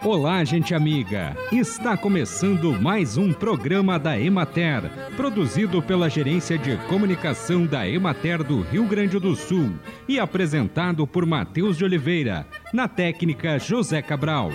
Olá, gente amiga! Está começando mais um programa da Emater, produzido pela Gerência de Comunicação da Emater do Rio Grande do Sul e apresentado por Matheus de Oliveira, na técnica José Cabral.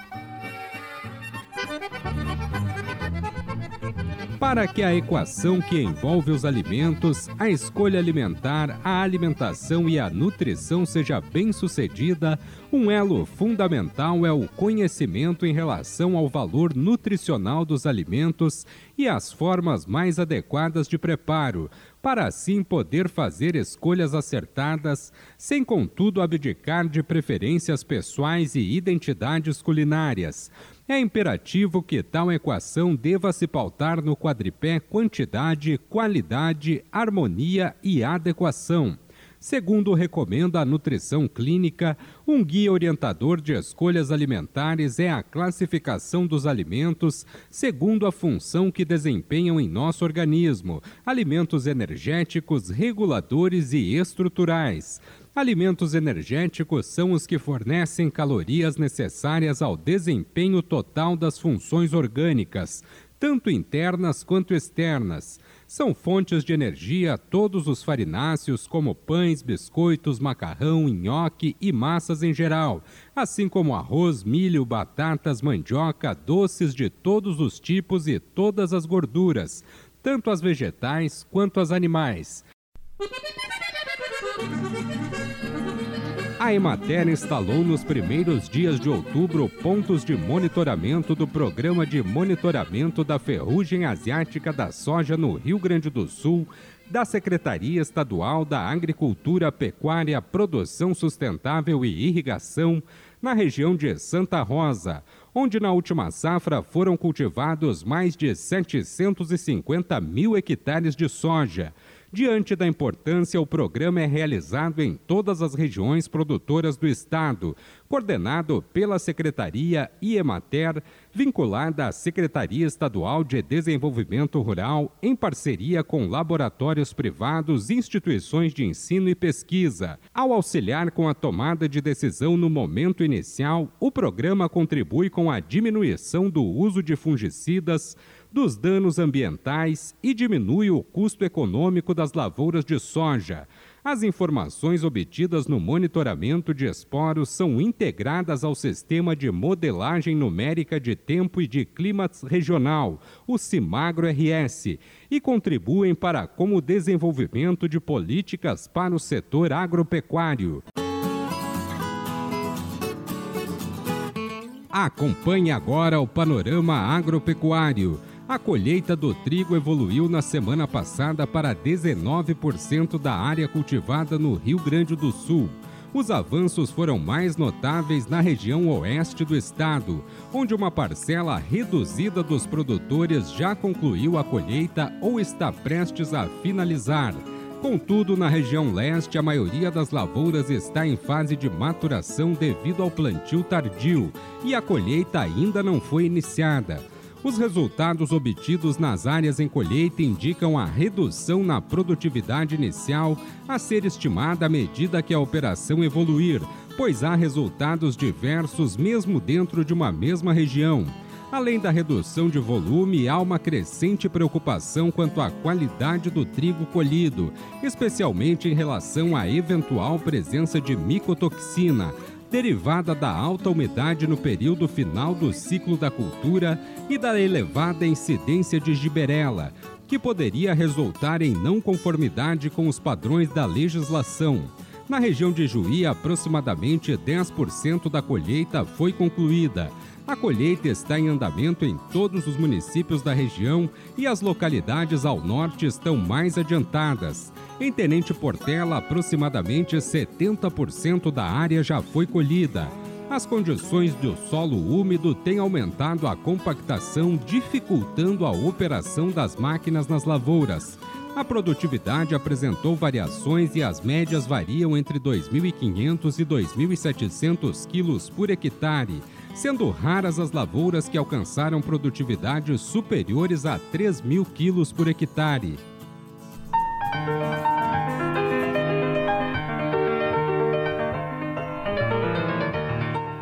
Para que a equação que envolve os alimentos, a escolha alimentar, a alimentação e a nutrição seja bem-sucedida, um elo fundamental é o conhecimento em relação ao valor nutricional dos alimentos e as formas mais adequadas de preparo, para assim poder fazer escolhas acertadas, sem contudo abdicar de preferências pessoais e identidades culinárias. É imperativo que tal equação deva se pautar no quadripé quantidade, qualidade, harmonia e adequação. Segundo recomenda a nutrição clínica, um guia orientador de escolhas alimentares é a classificação dos alimentos segundo a função que desempenham em nosso organismo, alimentos energéticos, reguladores e estruturais. Alimentos energéticos são os que fornecem calorias necessárias ao desempenho total das funções orgânicas, tanto internas quanto externas. São fontes de energia todos os farináceos, como pães, biscoitos, macarrão, nhoque e massas em geral, assim como arroz, milho, batatas, mandioca, doces de todos os tipos e todas as gorduras, tanto as vegetais quanto as animais. A Emater instalou nos primeiros dias de outubro pontos de monitoramento do Programa de Monitoramento da Ferrugem Asiática da Soja no Rio Grande do Sul, da Secretaria Estadual da Agricultura, Pecuária, Produção Sustentável e Irrigação, na região de Santa Rosa, onde na última safra foram cultivados mais de 750 mil hectares de soja. Diante da importância, o programa é realizado em todas as regiões produtoras do estado, coordenado pela Secretaria Emater, vinculada à Secretaria Estadual de Desenvolvimento Rural, em parceria com laboratórios privados, instituições de ensino e pesquisa. Ao auxiliar com a tomada de decisão no momento inicial, o programa contribui com a diminuição do uso de fungicidas, dos danos ambientais e diminui o custo econômico das lavouras de soja. As informações obtidas no monitoramento de esporos são integradas ao Sistema de Modelagem Numérica de Tempo e de Clima Regional, o CIMAGRO-RS, e contribuem para o desenvolvimento de políticas para o setor agropecuário. Acompanhe agora o panorama agropecuário. A colheita do trigo evoluiu na semana passada para 19% da área cultivada no Rio Grande do Sul. Os avanços foram mais notáveis na região oeste do estado, onde uma parcela reduzida dos produtores já concluiu a colheita ou está prestes a finalizar. Contudo, na região leste, a maioria das lavouras está em fase de maturação devido ao plantio tardio e a colheita ainda não foi iniciada. Os resultados obtidos nas áreas em colheita indicam a redução na produtividade inicial a ser estimada à medida que a operação evoluir, pois há resultados diversos mesmo dentro de uma mesma região. Além da redução de volume, há uma crescente preocupação quanto à qualidade do trigo colhido, especialmente em relação à eventual presença de micotoxina, derivada da alta umidade no período final do ciclo da cultura e da elevada incidência de giberela, que poderia resultar em não conformidade com os padrões da legislação. Na região de Juí, aproximadamente 10% da colheita foi concluída. A colheita está em andamento em todos os municípios da região e as localidades ao norte estão mais adiantadas. Em Tenente Portela, aproximadamente 70% da área já foi colhida. As condições do solo úmido têm aumentado a compactação, dificultando a operação das máquinas nas lavouras. A produtividade apresentou variações e as médias variam entre 2.500 e 2.700 quilos por hectare, sendo raras as lavouras que alcançaram produtividades superiores a 3.000 quilos por hectare.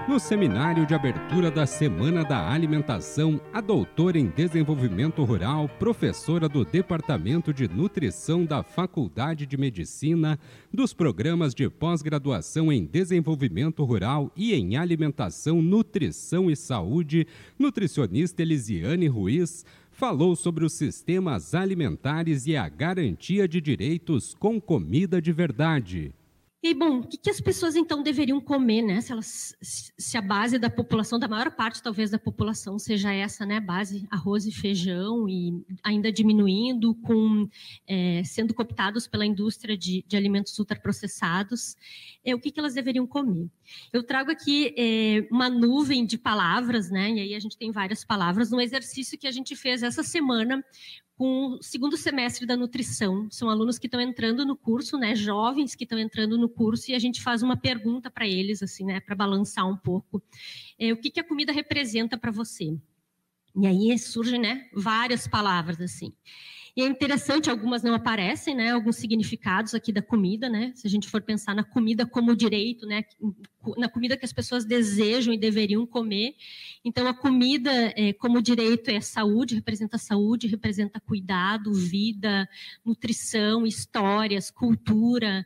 No seminário de abertura da Semana da Alimentação, a doutora em Desenvolvimento Rural, professora do Departamento de Nutrição da Faculdade de Medicina, dos programas de pós-graduação em Desenvolvimento Rural e em Alimentação, Nutrição e Saúde, nutricionista Elisiane Ruiz, falou sobre os sistemas alimentares e a garantia de direitos com comida de verdade. E, bom, o que as pessoas, então, deveriam comer, né? Se a base da população, da maior parte, talvez, da população seja essa, né? Base arroz e feijão, e ainda diminuindo, sendo cooptados pela indústria de alimentos ultraprocessados. O que elas deveriam comer? Eu trago aqui uma nuvem de palavras, né? E aí a gente tem várias palavras, num exercício que a gente fez essa semana, com o segundo semestre da nutrição. São alunos que estão entrando no curso, né, jovens que estão entrando no curso, e a gente faz uma pergunta para eles, assim, né, para balançar um pouco. O que a comida representa para você? E aí surgem, né, várias palavras, assim. E é interessante, algumas não aparecem, né, alguns significados aqui da comida, né, se a gente for pensar na comida como direito, né, na comida que as pessoas desejam e deveriam comer. Então, a comida como direito é saúde, representa cuidado, vida, nutrição, histórias, cultura,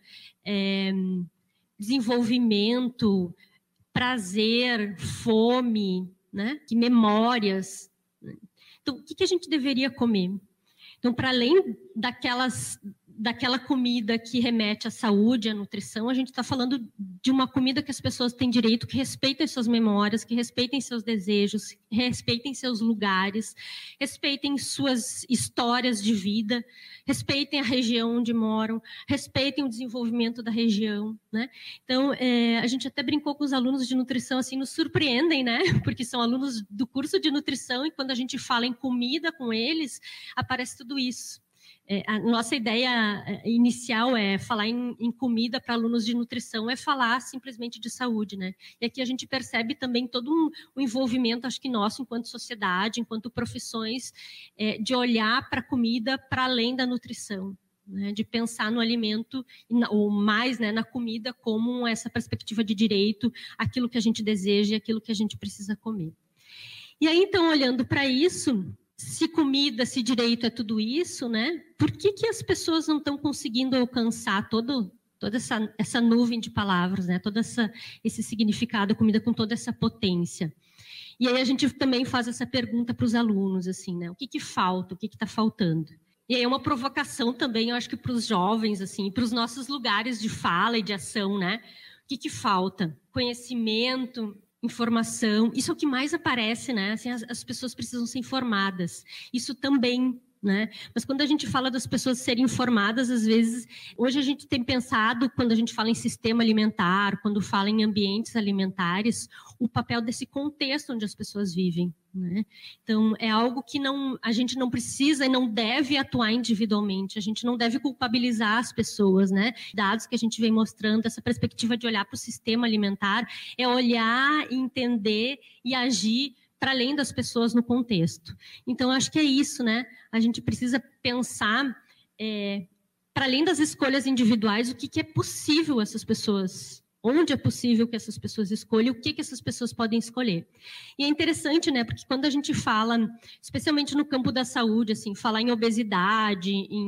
desenvolvimento, prazer, fome, né, memórias. Então, o que a gente deveria comer? Então, para além daquela comida que remete à saúde, à nutrição, a gente está falando de uma comida que as pessoas têm direito, que respeitem suas memórias, que respeitem seus desejos, respeitem seus lugares, respeitem suas histórias de vida, respeitem a região onde moram, respeitem o desenvolvimento da região, né? Então, a gente até brincou com os alunos de nutrição, assim, nos surpreendem, né? Porque são alunos do curso de nutrição, e quando a gente fala em comida com eles, aparece tudo isso. A nossa ideia inicial é falar em comida para alunos de nutrição, é falar simplesmente de saúde, né? E aqui a gente percebe também todo um envolvimento, acho que nosso, enquanto sociedade, enquanto profissões, de olhar para a comida para além da nutrição, né? De pensar no alimento, ou mais, né, na comida, como essa perspectiva de direito, aquilo que a gente deseja e aquilo que a gente precisa comer. E aí, então, olhando para isso, se comida, se direito é tudo isso, né? Por que as pessoas não estão conseguindo alcançar toda essa nuvem de palavras, né? Todo esse significado, comida com toda essa potência? E aí a gente também faz essa pergunta para os alunos, assim, né? O que falta? O que está faltando? E aí é uma provocação também, eu acho que para os jovens, assim, para os nossos lugares de fala e de ação, né? O que falta? Conhecimento, informação, isso é o que mais aparece, né? Assim, as pessoas precisam ser informadas. Isso também, né? Mas quando a gente fala das pessoas serem informadas, às vezes, hoje a gente tem pensado, quando a gente fala em sistema alimentar, quando fala em ambientes alimentares, o papel desse contexto onde as pessoas vivem, né? Então, é algo que a gente não precisa e não deve atuar individualmente, a gente não deve culpabilizar as pessoas, né? Dados que a gente vem mostrando, essa perspectiva de olhar para o sistema alimentar, é olhar, entender e agir para além das pessoas no contexto. Então, acho que é isso, né? A gente precisa pensar, para além das escolhas individuais, o que é possível essas pessoas, onde é possível que essas pessoas escolham, o que essas pessoas podem escolher. E é interessante, né? Porque quando a gente fala, especialmente no campo da saúde, assim, falar em obesidade,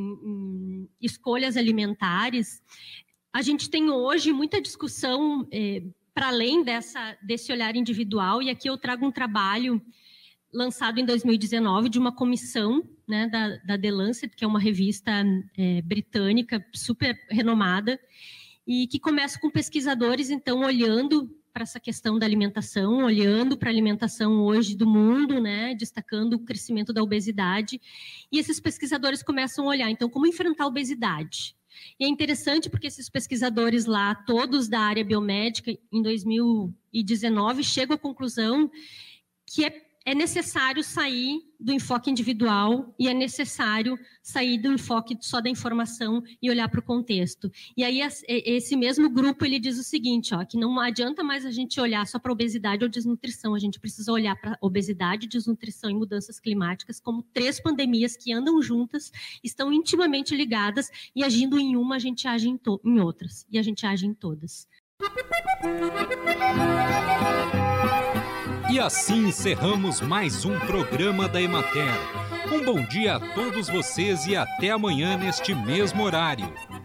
em escolhas alimentares, a gente tem hoje muita discussão para além desse olhar individual, e aqui eu trago um trabalho lançado em 2019 de uma comissão, né, da The Lancet, que é uma revista britânica super renomada, e que começa com pesquisadores, então, olhando para essa questão da alimentação, olhando para a alimentação hoje do mundo, né, destacando o crescimento da obesidade, e esses pesquisadores começam a olhar, então, como enfrentar a obesidade. E é interessante porque esses pesquisadores lá, todos da área biomédica, em 2019, chegam à conclusão que é necessário sair do enfoque individual e é necessário sair do enfoque só da informação e olhar para o contexto. E aí esse mesmo grupo ele diz o seguinte, ó, que não adianta mais a gente olhar só para obesidade ou desnutrição, a gente precisa olhar para obesidade, desnutrição e mudanças climáticas como 3 pandemias que andam juntas, estão intimamente ligadas e agindo em uma a gente age em outras e a gente age em todas. E assim encerramos mais um programa da Emater. Um bom dia a todos vocês e até amanhã neste mesmo horário.